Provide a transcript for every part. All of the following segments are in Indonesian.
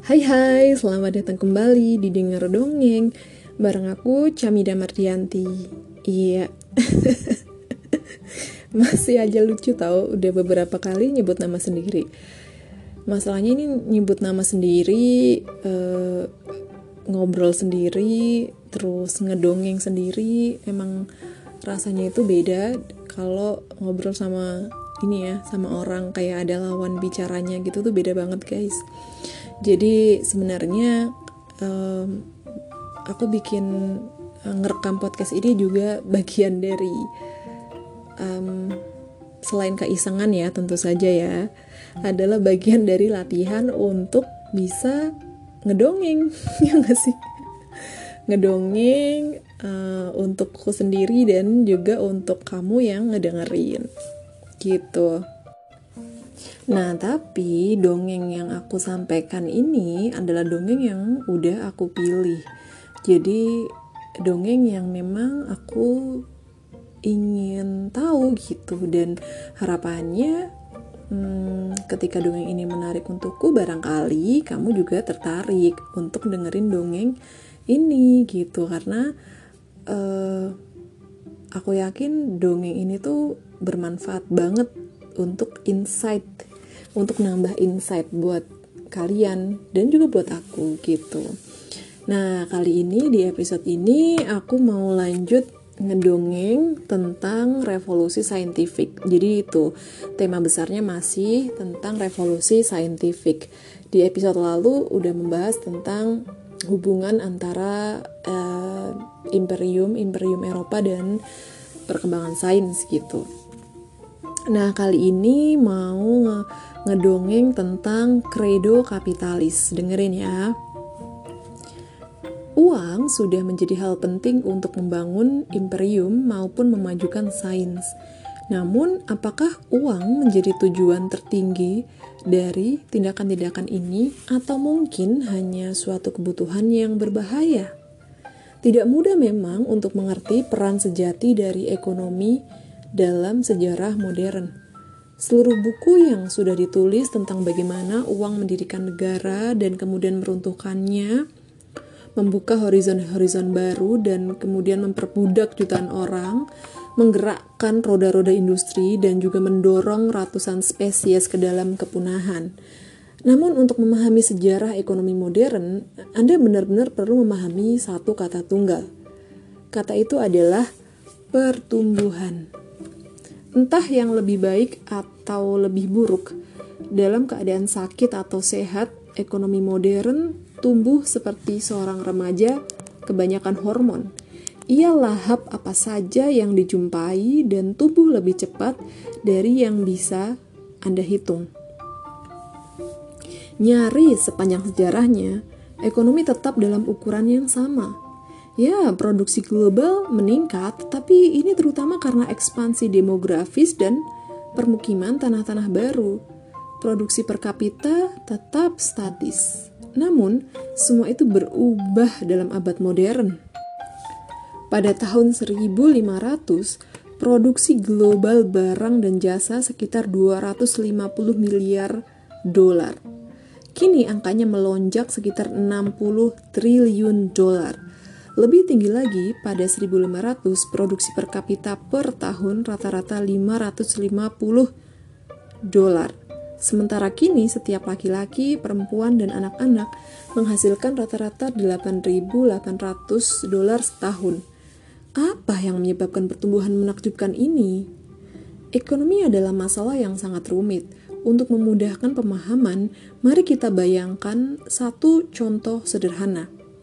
Hai hai, selamat datang kembali di Dengar Dongeng bareng aku Camida Mardianti. Iya, masih aja lucu tau, udah beberapa kali nyebut nama sendiri. Masalahnya ini nyebut nama sendiri, ngobrol sendiri, terus ngedongeng sendiri. Emang rasanya itu beda kalau ngobrol sama ini ya, sama orang kayak ada lawan bicaranya gitu tuh beda banget guys. Jadi sebenarnya aku bikin ngerekam podcast ini juga bagian dari selain keisengan ya tentu saja ya, adalah bagian dari latihan untuk bisa ngedongeng ya nggak sih, ngedongeng untukku sendiri dan juga untuk kamu yang ngedengerin gitu. Nah, tapi dongeng yang aku sampaikan ini adalah dongeng yang udah aku pilih. Jadi, dongeng yang memang aku ingin tahu gitu. Dan harapannya ketika dongeng ini menarik untukku, barangkali kamu juga tertarik untuk dengerin dongeng ini gitu. Karena aku yakin dongeng ini tuh bermanfaat banget untuk insight, untuk nambah insight buat kalian dan juga buat aku gitu. Nah, kali ini di episode ini aku mau lanjut ngedongeng tentang revolusi saintifik. Jadi itu tema besarnya masih tentang revolusi saintifik. Di episode lalu udah membahas tentang hubungan antara imperium Eropa dan perkembangan sains gitu. Nah, kali ini mau ngedongeng tentang kredo kapitalis. Dengerin ya. Uang sudah menjadi hal penting untuk membangun imperium maupun memajukan sains. Namun, apakah uang menjadi tujuan tertinggi dari tindakan-tindakan ini atau mungkin hanya suatu kebutuhan yang berbahaya? Tidak mudah memang untuk mengerti peran sejati dari ekonomi dalam sejarah modern. Seluruh buku yang sudah ditulis tentang bagaimana uang mendirikan negara dan kemudian meruntuhkannya, membuka horizon-horizon baru dan kemudian memperbudak jutaan orang, menggerakkan roda-roda industri dan juga mendorong ratusan spesies ke dalam kepunahan. Namun untuk memahami sejarah ekonomi modern, Anda benar-benar perlu memahami satu kata tunggal. Kata itu adalah pertumbuhan. Entah yang lebih baik atau lebih buruk, dalam keadaan sakit atau sehat, ekonomi modern tumbuh seperti seorang remaja kebanyakan hormon. Ia lahap apa saja yang dijumpai dan tumbuh lebih cepat dari yang bisa Anda hitung. Nyaris sepanjang sejarahnya, ekonomi tetap dalam ukuran yang sama. Ya, produksi global meningkat, tapi ini terutama karena ekspansi demografis dan permukiman tanah-tanah baru. Produksi per kapita tetap statis. Namun, semua itu berubah dalam abad modern. Pada tahun 1500, produksi global barang dan jasa sekitar 250 miliar dolar. Kini angkanya melonjak sekitar 60 triliun dolar. Lebih tinggi lagi, pada 1500, produksi per kapita per tahun rata-rata 550 dolar. Sementara kini setiap laki-laki, perempuan, dan anak-anak menghasilkan rata-rata 8.800 dolar setahun. Apa yang menyebabkan pertumbuhan menakjubkan ini? Ekonomi adalah masalah yang sangat rumit. Untuk memudahkan pemahaman, mari kita bayangkan satu contoh sederhana.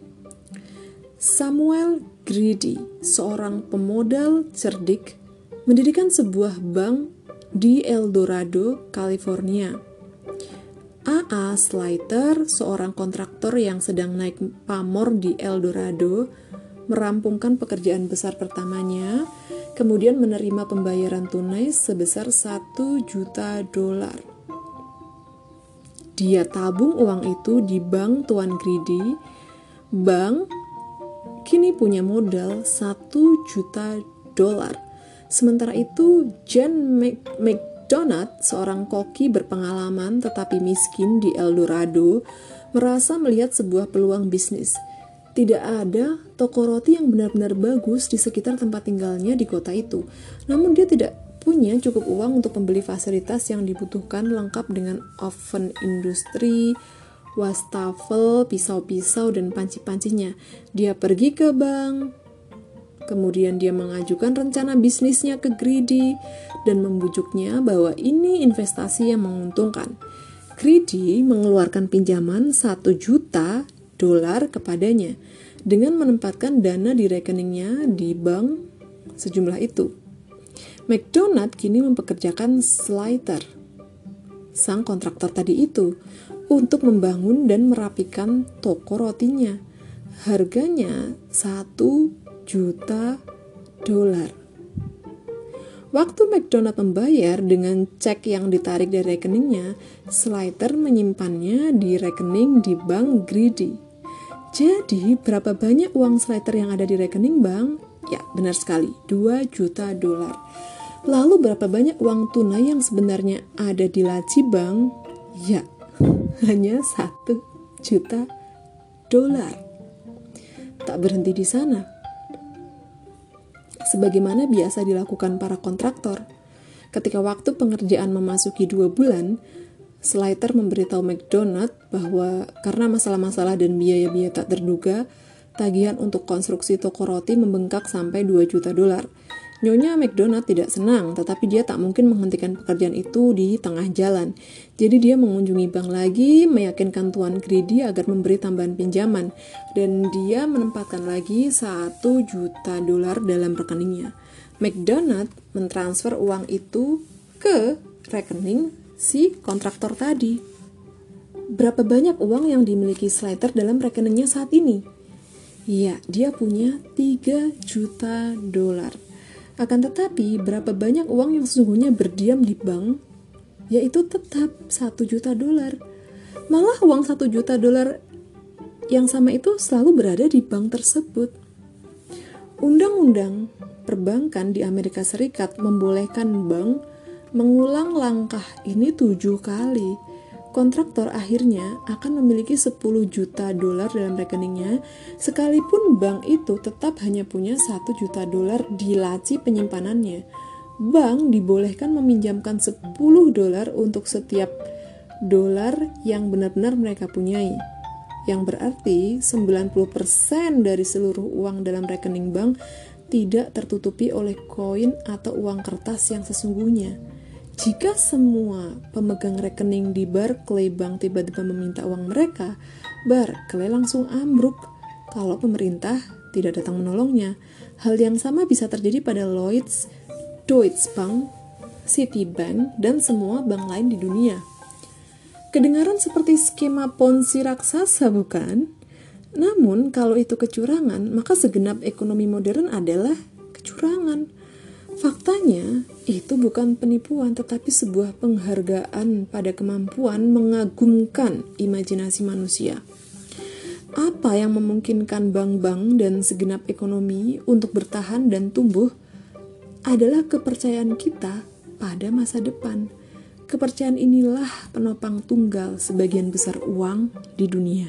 Samuel Grady, seorang pemodal cerdik, mendirikan sebuah bank di El Dorado, California. A.A. Slater, seorang kontraktor yang sedang naik pamor di El Dorado, merampungkan pekerjaan besar pertamanya, kemudian menerima pembayaran tunai sebesar 1 juta dolar. Dia tabung uang itu di bank Tuan Grady. Bank kini punya modal 1 juta dolar. Sementara itu, John McDonald, seorang koki berpengalaman tetapi miskin di El Dorado, merasa melihat sebuah peluang bisnis. Tidak ada toko roti yang benar-benar bagus di sekitar tempat tinggalnya di kota itu. Namun dia tidak punya cukup uang untuk membeli fasilitas yang dibutuhkan lengkap dengan oven industri, wastafel, pisau-pisau, dan panci-pancinya. Dia pergi ke bank, kemudian dia mengajukan rencana bisnisnya ke Greedy dan membujuknya bahwa ini investasi yang menguntungkan. Greedy mengeluarkan pinjaman $1 juta kepadanya dengan menempatkan dana di rekeningnya di bank sejumlah itu. McDonald kini mempekerjakan Slater, sang kontraktor tadi itu, untuk membangun dan merapikan toko rotinya. Harganya $1 juta. Waktu McDonald membayar dengan cek yang ditarik dari rekeningnya, Slater menyimpannya di rekening di bank Greedy. Jadi, berapa banyak uang Slater yang ada di rekening bank? Ya, benar sekali, $2 juta. Lalu berapa banyak uang tunai yang sebenarnya ada di laci bank? Ya, hanya $1 juta. Tak berhenti di sana. Sebagaimana biasa dilakukan para kontraktor, ketika waktu pengerjaan memasuki 2 bulan, Slater memberitahu McDonald bahwa karena masalah-masalah dan biaya-biaya tak terduga, tagihan untuk konstruksi toko roti membengkak sampai $2 juta. Nyonya McDonald tidak senang, tetapi dia tak mungkin menghentikan pekerjaan itu di tengah jalan. Jadi dia mengunjungi bank lagi, meyakinkan Tuan Greedy agar memberi tambahan pinjaman, dan dia menempatkan lagi $1 juta dalam rekeningnya. McDonald mentransfer uang itu ke rekening si kontraktor tadi. Berapa banyak uang yang dimiliki Slater dalam rekeningnya saat ini? Ya, dia punya $3 juta. Akan tetapi, berapa banyak uang yang sesungguhnya berdiam di bank? Yaitu tetap $1 juta. Malah uang $1 juta yang sama itu selalu berada di bank tersebut. Undang-undang perbankan di Amerika Serikat membolehkan bank mengulang langkah ini 7 kali. Kontraktor akhirnya akan memiliki $10 juta dalam rekeningnya, sekalipun bank itu tetap hanya punya $1 juta di laci penyimpanannya. Bank dibolehkan meminjamkan $10 untuk setiap dolar yang benar-benar mereka punyai. Yang berarti 90% dari seluruh uang dalam rekening bank tidak tertutupi oleh koin atau uang kertas yang sesungguhnya. Jika semua pemegang rekening di Barclay Bank tiba-tiba meminta uang mereka, Barclay langsung ambruk kalau pemerintah tidak datang menolongnya. Hal yang sama bisa terjadi pada Lloyds, Deutsche Bank, Citibank, dan semua bank lain di dunia. Kedengaran seperti skema Ponzi raksasa, bukan? Namun, kalau itu kecurangan, maka segenap ekonomi modern adalah kecurangan. Faktanya, itu bukan penipuan, tetapi sebuah penghargaan pada kemampuan mengagumkan imajinasi manusia. Apa yang memungkinkan bank-bank dan segenap ekonomi untuk bertahan dan tumbuh adalah kepercayaan kita pada masa depan. Kepercayaan inilah penopang tunggal sebagian besar uang di dunia.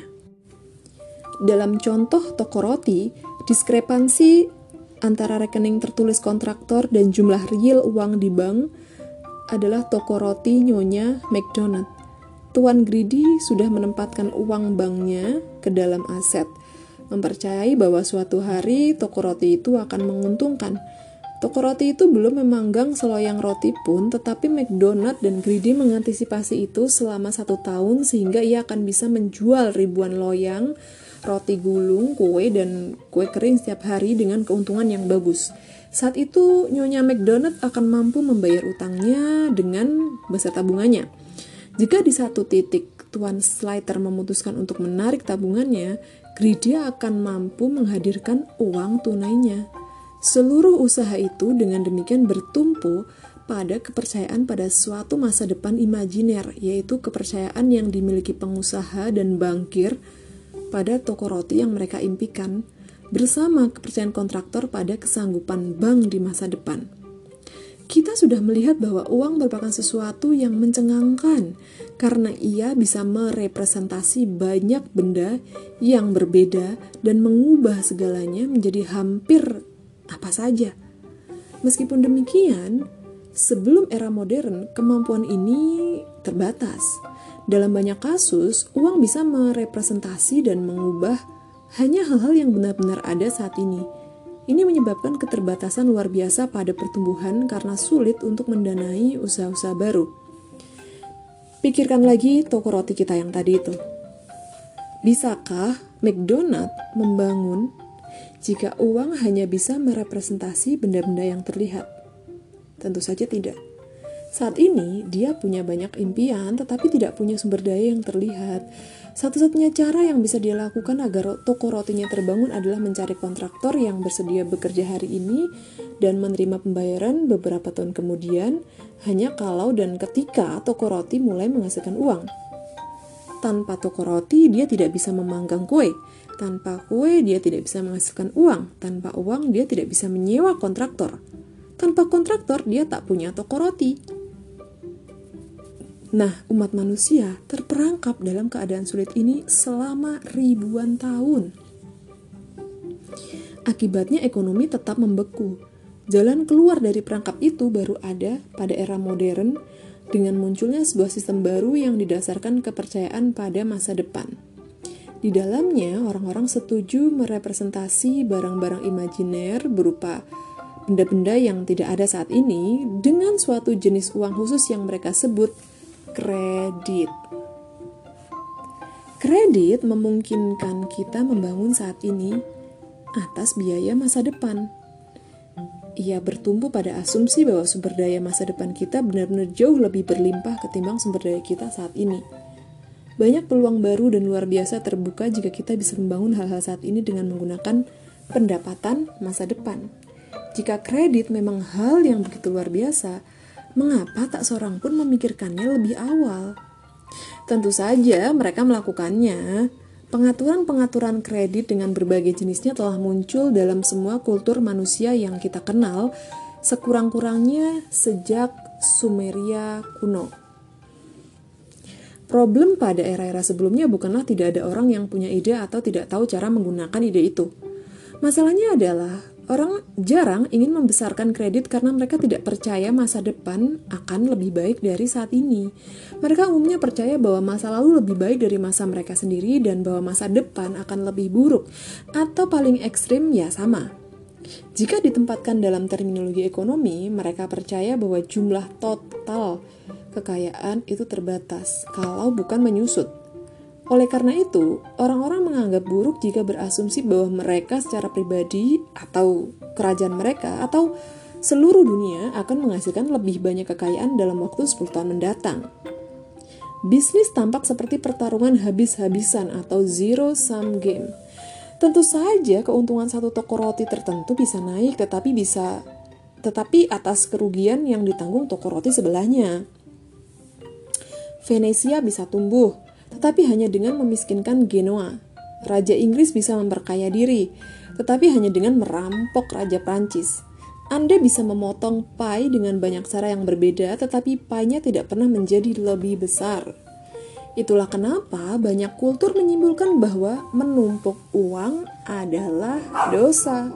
Dalam contoh toko roti, diskrepansi antara rekening tertulis kontraktor dan jumlah real uang di bank adalah toko roti Nyonya McDonald. Tuan Greedy sudah menempatkan uang banknya ke dalam aset, mempercayai bahwa suatu hari toko roti itu akan menguntungkan. Toko roti itu belum memanggang seloyang roti pun, tetapi McDonald dan Greedy mengantisipasi itu selama 1 tahun sehingga ia akan bisa menjual ribuan loyang roti gulung, kue, dan kue kering setiap hari dengan keuntungan yang bagus. Saat itu, Nyonya McDonald akan mampu membayar utangnya dengan besar tabungannya. Jika di satu titik Tuan Slater memutuskan untuk menarik tabungannya, Greedy akan mampu menghadirkan uang tunainya. Seluruh usaha itu dengan demikian bertumpu pada kepercayaan pada suatu masa depan imajiner, yaitu kepercayaan yang dimiliki pengusaha dan bankir pada toko roti yang mereka impikan, bersama kepercayaan kontraktor pada kesanggupan bank di masa depan. Kita sudah melihat bahwa uang merupakan sesuatu yang mencengangkan karena ia bisa merepresentasi banyak benda yang berbeda dan mengubah segalanya menjadi hampir apa saja. Meskipun demikian, sebelum era modern, kemampuan ini terbatas. Dalam banyak kasus, uang bisa merepresentasi dan mengubah hanya hal-hal yang benar-benar ada saat ini. Ini menyebabkan keterbatasan luar biasa pada pertumbuhan karena sulit untuk mendanai usaha-usaha baru. Pikirkan lagi toko roti kita yang tadi itu. Bisakah McDonald membangun jika uang hanya bisa merepresentasi benda-benda yang terlihat? Tentu saja tidak. Saat ini, dia punya banyak impian tetapi tidak punya sumber daya yang terlihat. Satu-satunya cara yang bisa dia lakukan agar toko rotinya terbangun adalah mencari kontraktor yang bersedia bekerja hari ini dan menerima pembayaran beberapa tahun kemudian, hanya kalau dan ketika toko roti mulai menghasilkan uang. Tanpa toko roti, dia tidak bisa memanggang kue. Tanpa kue, dia tidak bisa menghasilkan uang. Tanpa uang, dia tidak bisa menyewa kontraktor. Tanpa kontraktor, dia tak punya toko roti. Nah, umat manusia terperangkap dalam keadaan sulit ini selama ribuan tahun. Akibatnya ekonomi tetap membeku. Jalan keluar dari perangkap itu baru ada pada era modern dengan munculnya sebuah sistem baru yang didasarkan kepercayaan pada masa depan. Di dalamnya, orang-orang setuju merepresentasi barang-barang imajiner berupa benda-benda yang tidak ada saat ini dengan suatu jenis uang khusus yang mereka sebut kredit. Kredit memungkinkan kita membangun saat ini atas biaya masa depan. Ia bertumbuh pada asumsi bahwa sumber daya masa depan kita benar-benar jauh lebih berlimpah ketimbang sumber daya kita saat ini. Banyak peluang baru dan luar biasa terbuka jika kita bisa membangun hal-hal saat ini dengan menggunakan pendapatan masa depan. Jika kredit memang hal yang begitu luar biasa, mengapa tak seorang pun memikirkannya lebih awal? Tentu saja mereka melakukannya. Pengaturan-pengaturan kredit dengan berbagai jenisnya telah muncul dalam semua kultur manusia yang kita kenal, sekurang-kurangnya sejak Sumeria kuno. Problem pada era-era sebelumnya bukanlah tidak ada orang yang punya ide atau tidak tahu cara menggunakan ide itu. Masalahnya adalah orang jarang ingin membesarkan kredit karena mereka tidak percaya masa depan akan lebih baik dari saat ini. Mereka umumnya percaya bahwa masa lalu lebih baik dari masa mereka sendiri dan bahwa masa depan akan lebih buruk, atau paling ekstrim ya sama. Jika ditempatkan dalam terminologi ekonomi, mereka percaya bahwa jumlah total kekayaan itu terbatas, kalau bukan menyusut. Oleh karena itu, orang-orang menganggap buruk jika berasumsi bahwa mereka secara pribadi atau kerajaan mereka atau seluruh dunia akan menghasilkan lebih banyak kekayaan dalam waktu 10 tahun mendatang. Bisnis tampak seperti pertarungan habis-habisan atau zero-sum game. Tentu saja keuntungan satu toko roti tertentu bisa naik tetapi atas kerugian yang ditanggung toko roti sebelahnya. Venesia bisa tumbuh, tetapi hanya dengan memiskinkan Genoa. Raja Inggris bisa memperkaya diri, tetapi hanya dengan merampok Raja Prancis. Anda bisa memotong pie dengan banyak cara yang berbeda, tetapi pie-nya tidak pernah menjadi lebih besar. Itulah kenapa banyak kultur menyimpulkan bahwa menumpuk uang adalah dosa.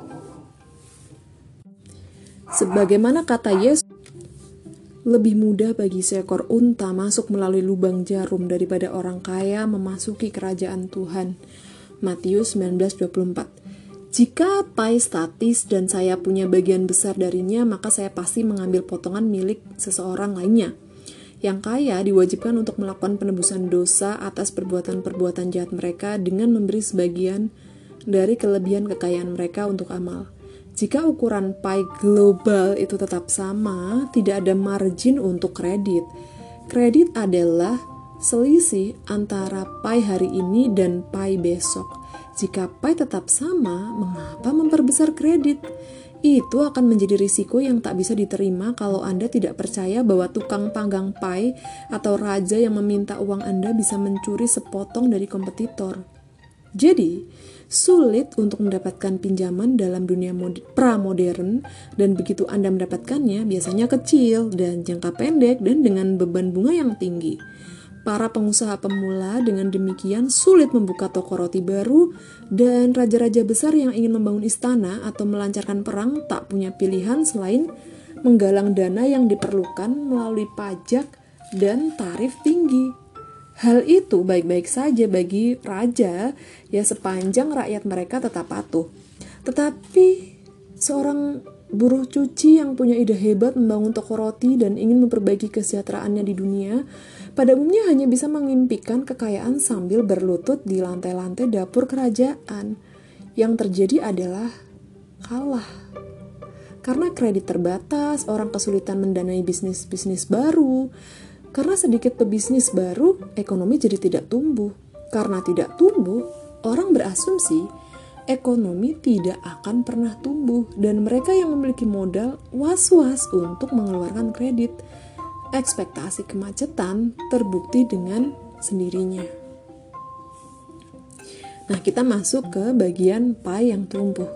Sebagaimana kata Yesus, lebih mudah bagi seekor unta masuk melalui lubang jarum daripada orang kaya memasuki kerajaan Tuhan. Matius 19:24. Jika pai statis dan saya punya bagian besar darinya, maka saya pasti mengambil potongan milik seseorang lainnya. Yang kaya diwajibkan untuk melakukan penebusan dosa atas perbuatan-perbuatan jahat mereka dengan memberi sebagian dari kelebihan kekayaan mereka untuk amal. Jika ukuran pie global itu tetap sama, tidak ada margin untuk kredit. Kredit adalah selisih antara pie hari ini dan pie besok. Jika pie tetap sama, mengapa memperbesar kredit? Itu akan menjadi risiko yang tak bisa diterima kalau Anda tidak percaya bahwa tukang panggang pie atau raja yang meminta uang Anda bisa mencuri sepotong dari kompetitor. Jadi, sulit untuk mendapatkan pinjaman dalam dunia pra-modern, dan begitu Anda mendapatkannya biasanya kecil dan jangka pendek dan dengan beban bunga yang tinggi. Para pengusaha pemula dengan demikian sulit membuka toko roti baru, dan raja-raja besar yang ingin membangun istana atau melancarkan perang tak punya pilihan selain menggalang dana yang diperlukan melalui pajak dan tarif tinggi. Hal itu baik-baik saja bagi raja ya sepanjang rakyat mereka tetap patuh. Tetapi seorang buruh cuci yang punya ide hebat membangun toko roti dan ingin memperbaiki kesejahteraannya di dunia, pada umumnya hanya bisa mengimpikan kekayaan sambil berlutut di lantai-lantai dapur kerajaan. Yang terjadi adalah kalah. Karena kredit terbatas, orang kesulitan mendanai bisnis-bisnis baru. Karena sedikit pebisnis baru, ekonomi jadi tidak tumbuh. Karena tidak tumbuh, orang berasumsi ekonomi tidak akan pernah tumbuh, dan mereka yang memiliki modal was-was untuk mengeluarkan kredit. Ekspektasi kemacetan terbukti dengan sendirinya. Nah, kita masuk ke bagian pie yang tumbuh.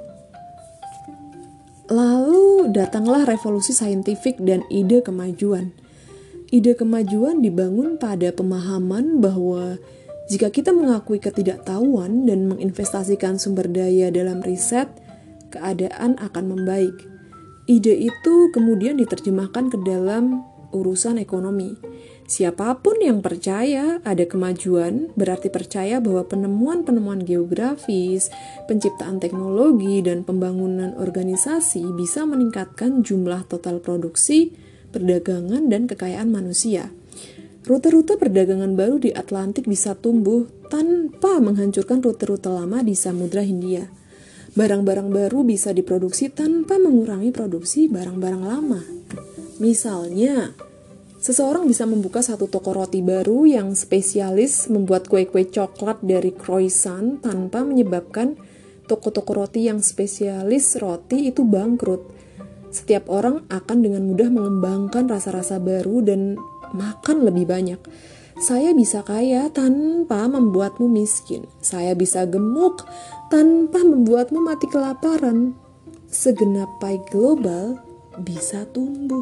Lalu datanglah revolusi saintifik dan ide kemajuan. Ide kemajuan dibangun pada pemahaman bahwa jika kita mengakui ketidaktahuan dan menginvestasikan sumber daya dalam riset, keadaan akan membaik. Ide itu kemudian diterjemahkan ke dalam urusan ekonomi. Siapapun yang percaya ada kemajuan berarti percaya bahwa penemuan-penemuan geografis, penciptaan teknologi, dan pembangunan organisasi bisa meningkatkan jumlah total produksi, perdagangan, dan kekayaan manusia. Rute-rute perdagangan baru di Atlantik bisa tumbuh tanpa menghancurkan rute-rute lama di Samudra Hindia. Barang-barang baru bisa diproduksi tanpa mengurangi produksi barang-barang lama. Misalnya, seseorang bisa membuka satu toko roti baru yang spesialis membuat kue-kue coklat dari croissant tanpa menyebabkan toko-toko roti yang spesialis roti itu bangkrut. Setiap orang akan dengan mudah mengembangkan rasa-rasa baru dan makan lebih banyak. Saya bisa kaya tanpa membuatmu miskin. Saya bisa gemuk tanpa membuatmu mati kelaparan. Segenap pie global bisa tumbuh.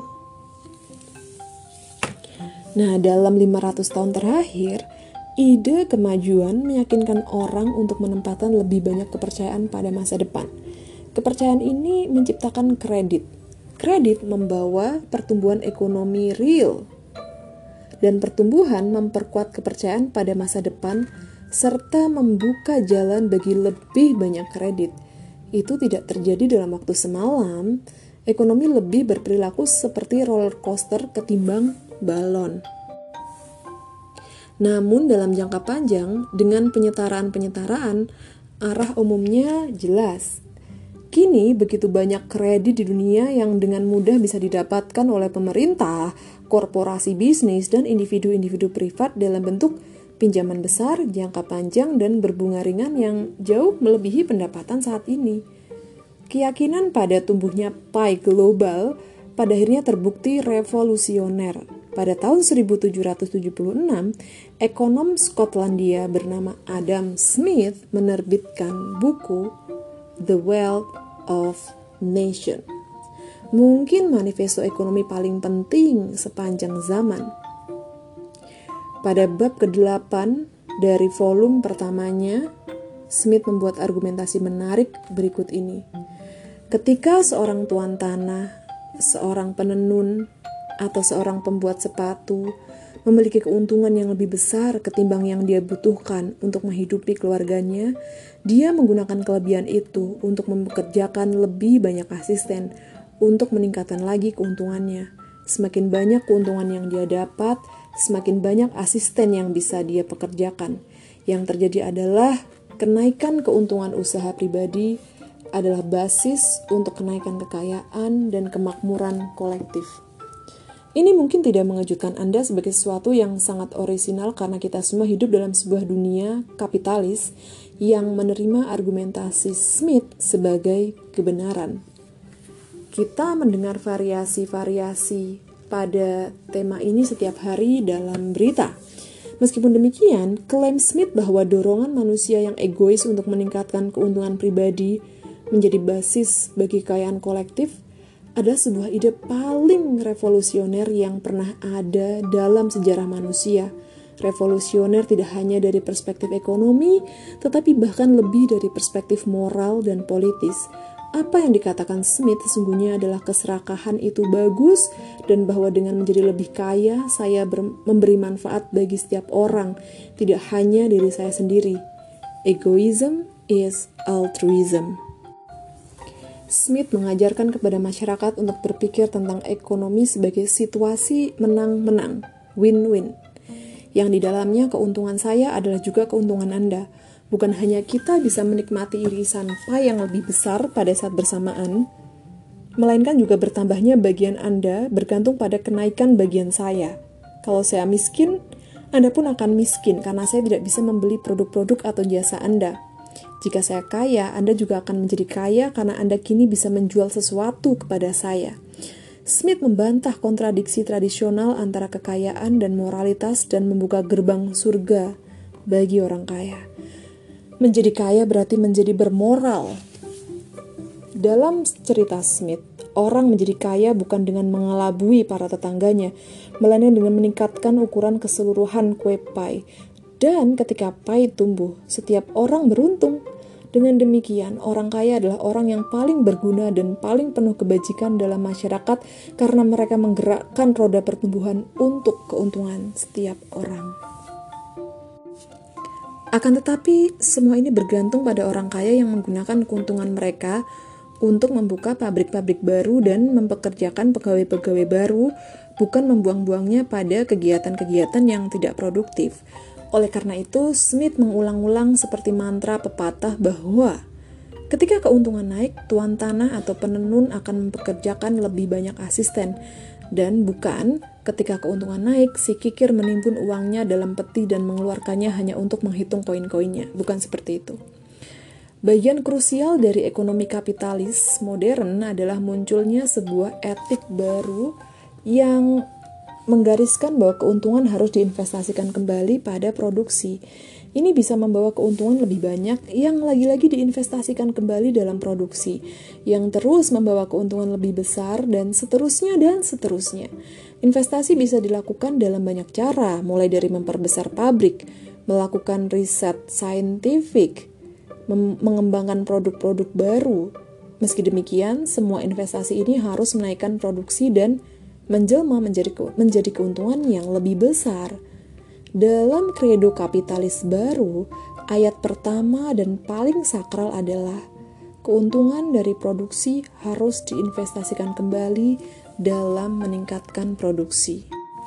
Nah, dalam 500 tahun terakhir, ide kemajuan meyakinkan orang untuk menempatkan lebih banyak kepercayaan pada masa depan. Kepercayaan ini menciptakan kredit. Kredit membawa pertumbuhan ekonomi real, dan pertumbuhan memperkuat kepercayaan pada masa depan serta membuka jalan bagi lebih banyak kredit. Itu tidak terjadi dalam waktu semalam. Ekonomi lebih berperilaku seperti roller coaster ketimbang balon. Namun dalam jangka panjang, dengan penyetaraan-penyetaraan, arah umumnya jelas. Kini begitu banyak kredit di dunia yang dengan mudah bisa didapatkan oleh pemerintah, korporasi bisnis, dan individu-individu privat dalam bentuk pinjaman besar, jangka panjang, dan berbunga ringan yang jauh melebihi pendapatan saat ini. Keyakinan pada tumbuhnya pie global pada akhirnya terbukti revolusioner. Pada tahun 1776, ekonom Skotlandia bernama Adam Smith menerbitkan buku The Wealth of Nation. Mungkin manifesto ekonomi paling penting sepanjang zaman. Pada bab ke-8 dari volume pertamanya, Smith membuat argumentasi menarik berikut ini. Ketika seorang tuan tanah, seorang penenun, atau seorang pembuat sepatu memiliki keuntungan yang lebih besar ketimbang yang dia butuhkan untuk menghidupi keluarganya, dia menggunakan kelebihan itu untuk mempekerjakan lebih banyak asisten untuk meningkatkan lagi keuntungannya. Semakin banyak keuntungan yang dia dapat, semakin banyak asisten yang bisa dia pekerjakan. Yang terjadi adalah kenaikan keuntungan usaha pribadi adalah basis untuk kenaikan kekayaan dan kemakmuran kolektif. Ini mungkin tidak mengejutkan Anda sebagai sesuatu yang sangat orisinal karena kita semua hidup dalam sebuah dunia kapitalis yang menerima argumentasi Smith sebagai kebenaran. Kita mendengar variasi-variasi pada tema ini setiap hari dalam berita. Meskipun demikian, klaim Smith bahwa dorongan manusia yang egois untuk meningkatkan keuntungan pribadi menjadi basis bagi kekayaan kolektif adalah sebuah ide paling revolusioner yang pernah ada dalam sejarah manusia. Revolusioner tidak hanya dari perspektif ekonomi, tetapi bahkan lebih dari perspektif moral dan politis. Apa yang dikatakan Smith sesungguhnya adalah keserakahan itu bagus, dan bahwa dengan menjadi lebih kaya, saya memberi manfaat bagi setiap orang, tidak hanya diri saya sendiri. Egoism is altruism. Smith mengajarkan kepada masyarakat untuk berpikir tentang ekonomi sebagai situasi menang-menang, win-win, yang di dalamnya keuntungan saya adalah juga keuntungan Anda. Bukan hanya kita bisa menikmati irisan pie yang lebih besar pada saat bersamaan, melainkan juga bertambahnya bagian Anda bergantung pada kenaikan bagian saya. Kalau saya miskin, Anda pun akan miskin karena saya tidak bisa membeli produk-produk atau jasa Anda. Jika saya kaya, Anda juga akan menjadi kaya karena Anda kini bisa menjual sesuatu kepada saya. Smith membantah kontradiksi tradisional antara kekayaan dan moralitas dan membuka gerbang surga bagi orang kaya. Menjadi kaya berarti menjadi bermoral. Dalam cerita Smith, orang menjadi kaya bukan dengan mengelabui para tetangganya, melainkan dengan meningkatkan ukuran keseluruhan kue pie. Dan ketika pie tumbuh, setiap orang beruntung. Dengan demikian, orang kaya adalah orang yang paling berguna dan paling penuh kebajikan dalam masyarakat karena mereka menggerakkan roda pertumbuhan untuk keuntungan setiap orang. Akan tetapi, semua ini bergantung pada orang kaya yang menggunakan keuntungan mereka untuk membuka pabrik-pabrik baru dan mempekerjakan pegawai-pegawai baru, bukan membuang-buangnya pada kegiatan-kegiatan yang tidak produktif. Oleh karena itu, Smith mengulang-ulang seperti mantra pepatah bahwa ketika keuntungan naik, tuan tanah atau penenun akan mempekerjakan lebih banyak asisten. Dan bukan ketika keuntungan naik, si kikir menimbun uangnya dalam peti dan mengeluarkannya hanya untuk menghitung koin-koinnya. Bukan seperti itu. Bagian krusial dari ekonomi kapitalis modern adalah munculnya sebuah etik baru yang menggariskan bahwa keuntungan harus diinvestasikan kembali pada produksi. Ini bisa membawa keuntungan lebih banyak yang lagi-lagi diinvestasikan kembali dalam produksi, yang terus membawa keuntungan lebih besar, dan seterusnya dan seterusnya. Investasi bisa dilakukan dalam banyak cara, mulai dari memperbesar pabrik, melakukan riset saintifik, mengembangkan produk-produk baru. Meski demikian, semua investasi ini harus menaikkan produksi dan menjelma menjadi keuntungan yang lebih besar. Dalam kredo kapitalis baru, ayat pertama dan paling sakral adalah keuntungan dari produksi harus diinvestasikan kembali dalam meningkatkan produksi.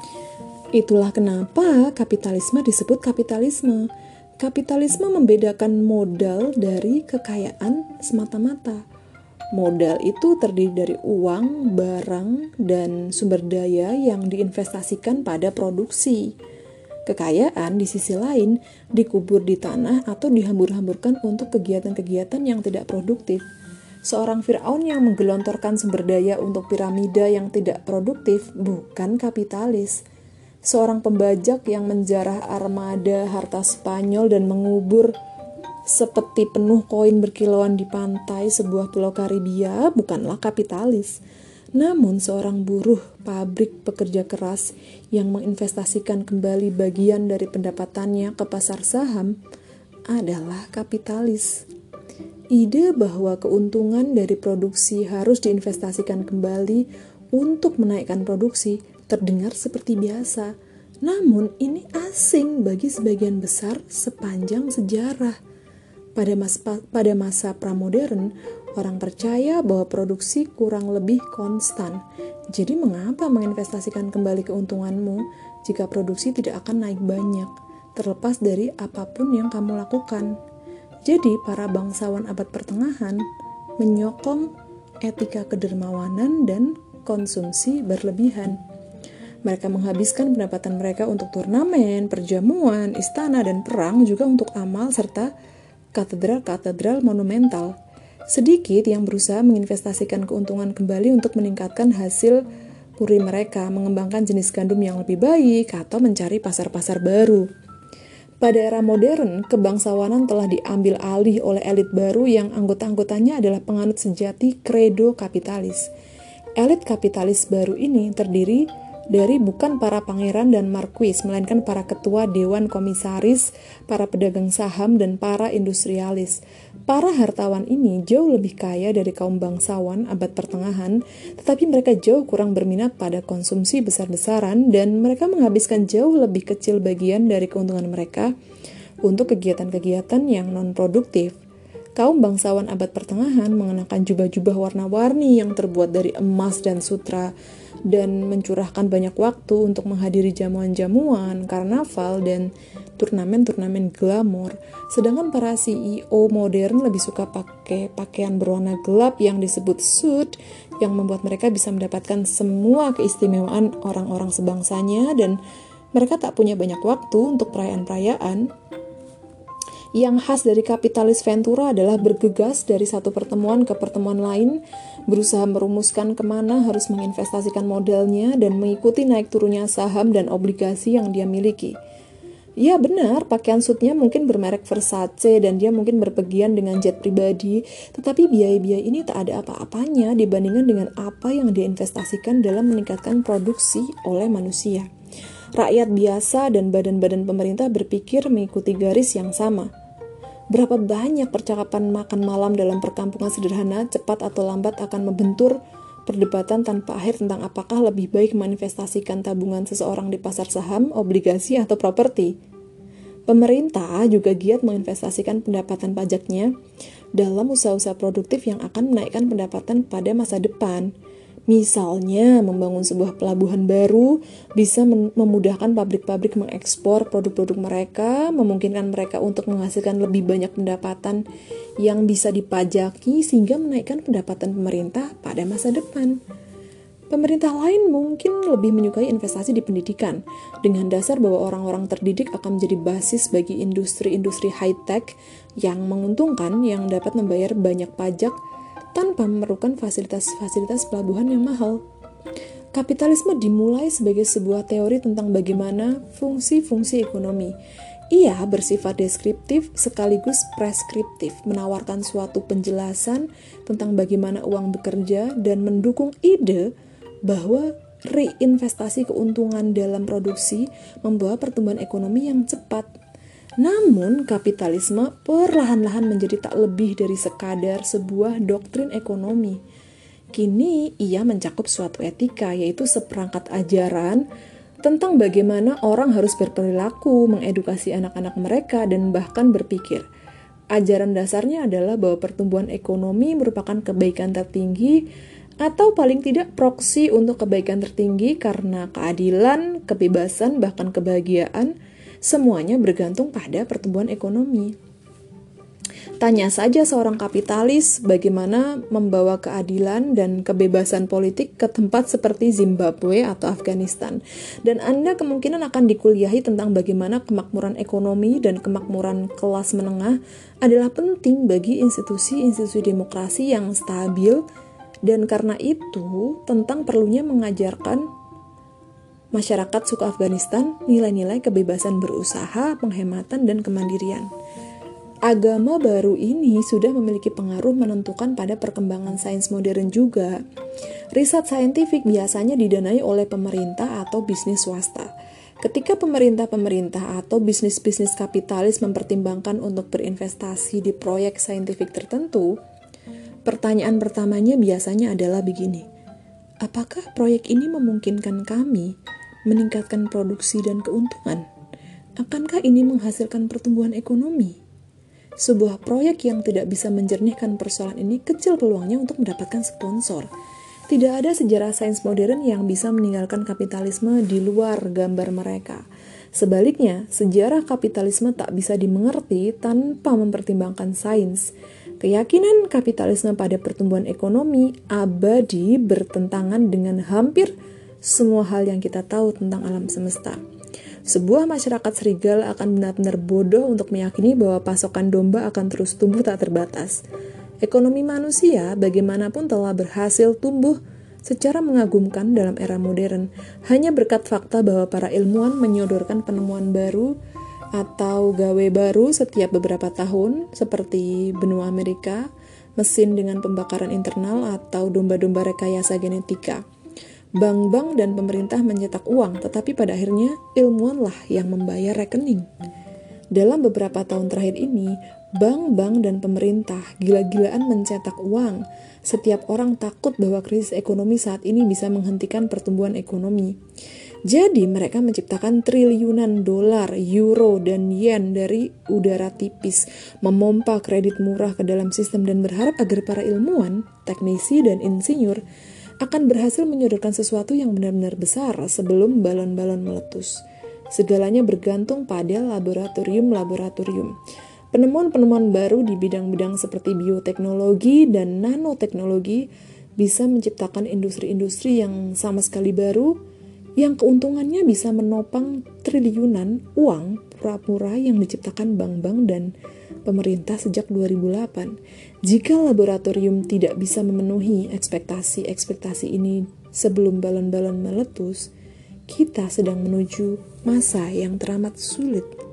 Itulah kenapa kapitalisme disebut kapitalisme. Kapitalisme membedakan modal dari kekayaan semata-mata. Modal itu terdiri dari uang, barang, dan sumber daya yang diinvestasikan pada produksi. Kekayaan di sisi lain dikubur di tanah atau dihambur-hamburkan untuk kegiatan-kegiatan yang tidak produktif. Seorang Firaun yang menggelontorkan sumber daya untuk piramida yang tidak produktif bukan kapitalis. Seorang pembajak yang menjarah armada harta Spanyol dan mengubur sepeti penuh koin berkilauan di pantai sebuah pulau Karibia bukanlah kapitalis. Namun seorang buruh pabrik pekerja keras yang menginvestasikan kembali bagian dari pendapatannya ke pasar saham adalah kapitalis. Ide bahwa keuntungan dari produksi harus diinvestasikan kembali untuk menaikkan produksi terdengar seperti biasa. Namun ini asing bagi sebagian besar sepanjang sejarah. Pada masa pramodern, orang percaya bahwa produksi kurang lebih konstan. Jadi mengapa menginvestasikan kembali keuntunganmu jika produksi tidak akan naik banyak, terlepas dari apapun yang kamu lakukan? Jadi para bangsawan abad pertengahan menyokong etika kedermawanan dan konsumsi berlebihan. Mereka menghabiskan pendapatan mereka untuk turnamen, perjamuan, istana, dan perang, juga untuk amal serta katedral-katedral monumental. Sedikit yang berusaha menginvestasikan keuntungan kembali untuk meningkatkan hasil puri mereka, mengembangkan jenis gandum yang lebih baik, atau mencari pasar-pasar baru. Pada era modern, kebangsawanan telah diambil alih oleh elit baru yang anggota-anggotanya adalah penganut sejati kredo kapitalis. Elit kapitalis baru ini terdiri dari bukan para pangeran dan marquis, melainkan para ketua dewan komisaris, para pedagang saham, dan para industrialis. Para hartawan ini jauh lebih kaya dari kaum bangsawan abad pertengahan, tetapi mereka jauh kurang berminat pada konsumsi besar-besaran dan mereka menghabiskan jauh lebih kecil bagian dari keuntungan mereka untuk kegiatan-kegiatan yang non-produktif. Kaum bangsawan abad pertengahan mengenakan jubah-jubah warna-warni yang terbuat dari emas dan sutra dan mencurahkan banyak waktu untuk menghadiri jamuan-jamuan, karnaval, dan turnamen-turnamen glamor. Sedangkan para CEO modern lebih suka pakai pakaian berwarna gelap yang disebut suit, yang membuat mereka bisa mendapatkan semua keistimewaan orang-orang sebangsanya dan mereka tak punya banyak waktu untuk perayaan-perayaan. Yang khas dari kapitalis Ventura adalah bergegas dari satu pertemuan ke pertemuan lain, berusaha merumuskan kemana harus menginvestasikan modalnya dan mengikuti naik turunnya saham dan obligasi yang dia miliki. Ya benar, pakaian suitnya mungkin bermerek Versace dan dia mungkin berpergian dengan jet pribadi, tetapi biaya-biaya ini tak ada apa-apanya dibandingkan dengan apa yang dia investasikan dalam meningkatkan produksi oleh manusia. Rakyat biasa dan badan-badan pemerintah berpikir mengikuti garis yang sama. Berapa banyak percakapan makan malam dalam perkampungan sederhana cepat atau lambat akan membentur perdebatan tanpa akhir tentang apakah lebih baik menginvestasikan tabungan seseorang di pasar saham, obligasi, atau properti. Pemerintah juga giat menginvestasikan pendapatan pajaknya dalam usaha-usaha produktif yang akan menaikkan pendapatan pada masa depan. Misalnya, membangun sebuah pelabuhan baru bisa memudahkan pabrik-pabrik mengekspor produk-produk mereka, memungkinkan mereka untuk menghasilkan lebih banyak pendapatan yang bisa dipajaki sehingga menaikkan pendapatan pemerintah pada masa depan. Pemerintah lain mungkin lebih menyukai investasi di pendidikan, dengan dasar bahwa orang-orang terdidik akan menjadi basis bagi industri-industri high-tech yang menguntungkan yang dapat membayar banyak pajak tanpa memerlukan fasilitas-fasilitas pelabuhan yang mahal. Kapitalisme dimulai sebagai sebuah teori tentang bagaimana fungsi-fungsi ekonomi. Ia bersifat deskriptif sekaligus preskriptif, menawarkan suatu penjelasan tentang bagaimana uang bekerja dan mendukung ide bahwa reinvestasi keuntungan dalam produksi membawa pertumbuhan ekonomi yang cepat. Namun, kapitalisme perlahan-lahan menjadi tak lebih dari sekadar sebuah doktrin ekonomi. Kini, ia mencakup suatu etika, yaitu seperangkat ajaran tentang bagaimana orang harus berperilaku, mengedukasi anak-anak mereka, dan bahkan berpikir. Ajaran dasarnya adalah bahwa pertumbuhan ekonomi merupakan kebaikan tertinggi, atau paling tidak proksi untuk kebaikan tertinggi karena keadilan, kebebasan, bahkan kebahagiaan, semuanya bergantung pada pertumbuhan ekonomi. Tanya saja seorang kapitalis bagaimana membawa keadilan dan kebebasan politik ke tempat seperti Zimbabwe atau Afghanistan. Dan Anda kemungkinan akan dikuliahi tentang bagaimana kemakmuran ekonomi dan kemakmuran kelas menengah adalah penting bagi institusi-institusi demokrasi yang stabil, dan karena itu tentang perlunya mengajarkan masyarakat suku Afghanistan nilai-nilai kebebasan berusaha, penghematan, dan kemandirian. Agama baru ini sudah memiliki pengaruh menentukan pada perkembangan sains modern juga. Riset saintifik biasanya didanai oleh pemerintah atau bisnis swasta. Ketika pemerintah atau bisnis-bisnis kapitalis mempertimbangkan untuk berinvestasi di proyek saintifik tertentu, pertanyaan pertamanya biasanya adalah begini: apakah proyek ini memungkinkan kami meningkatkan produksi dan keuntungan? Akankah ini menghasilkan pertumbuhan ekonomi? Sebuah proyek yang tidak bisa menjernihkan persoalan ini kecil peluangnya untuk mendapatkan sponsor. Tidak ada sejarah sains modern yang bisa meninggalkan kapitalisme di luar gambar mereka. Sebaliknya, sejarah kapitalisme tak bisa dimengerti tanpa mempertimbangkan sains. Keyakinan kapitalisme pada pertumbuhan ekonomi abadi bertentangan dengan hampir semua hal yang kita tahu tentang alam semesta. Sebuah masyarakat serigala akan benar-benar bodoh untuk meyakini bahwa pasokan domba akan terus tumbuh tak terbatas. Ekonomi manusia bagaimanapun telah berhasil tumbuh secara mengagumkan dalam era modern, hanya berkat fakta bahwa para ilmuwan menyodorkan penemuan baru atau gawe baru setiap beberapa tahun seperti benua Amerika, mesin dengan pembakaran internal atau domba-domba rekayasa genetika. Bank-bank dan pemerintah mencetak uang, tetapi pada akhirnya ilmuwanlah yang membayar rekening. Dalam beberapa tahun terakhir ini, bank-bank dan pemerintah gila-gilaan mencetak uang. Setiap orang takut bahwa krisis ekonomi saat ini bisa menghentikan pertumbuhan ekonomi. Jadi mereka menciptakan triliunan dolar, euro, dan yen dari udara tipis, memompa kredit murah ke dalam sistem dan berharap agar para ilmuwan, teknisi, dan insinyur akan berhasil menyodorkan sesuatu yang benar-benar besar sebelum balon-balon meletus. Segalanya bergantung pada laboratorium-laboratorium. Penemuan-penemuan baru di bidang-bidang seperti bioteknologi dan nanoteknologi bisa menciptakan industri-industri yang sama sekali baru, yang keuntungannya bisa menopang triliunan uang pura-pura yang diciptakan bank-bank dan pemerintah sejak 2008. Jika laboratorium tidak bisa memenuhi ekspektasi ini sebelum balon-balon meletus, kita sedang menuju masa yang teramat sulit.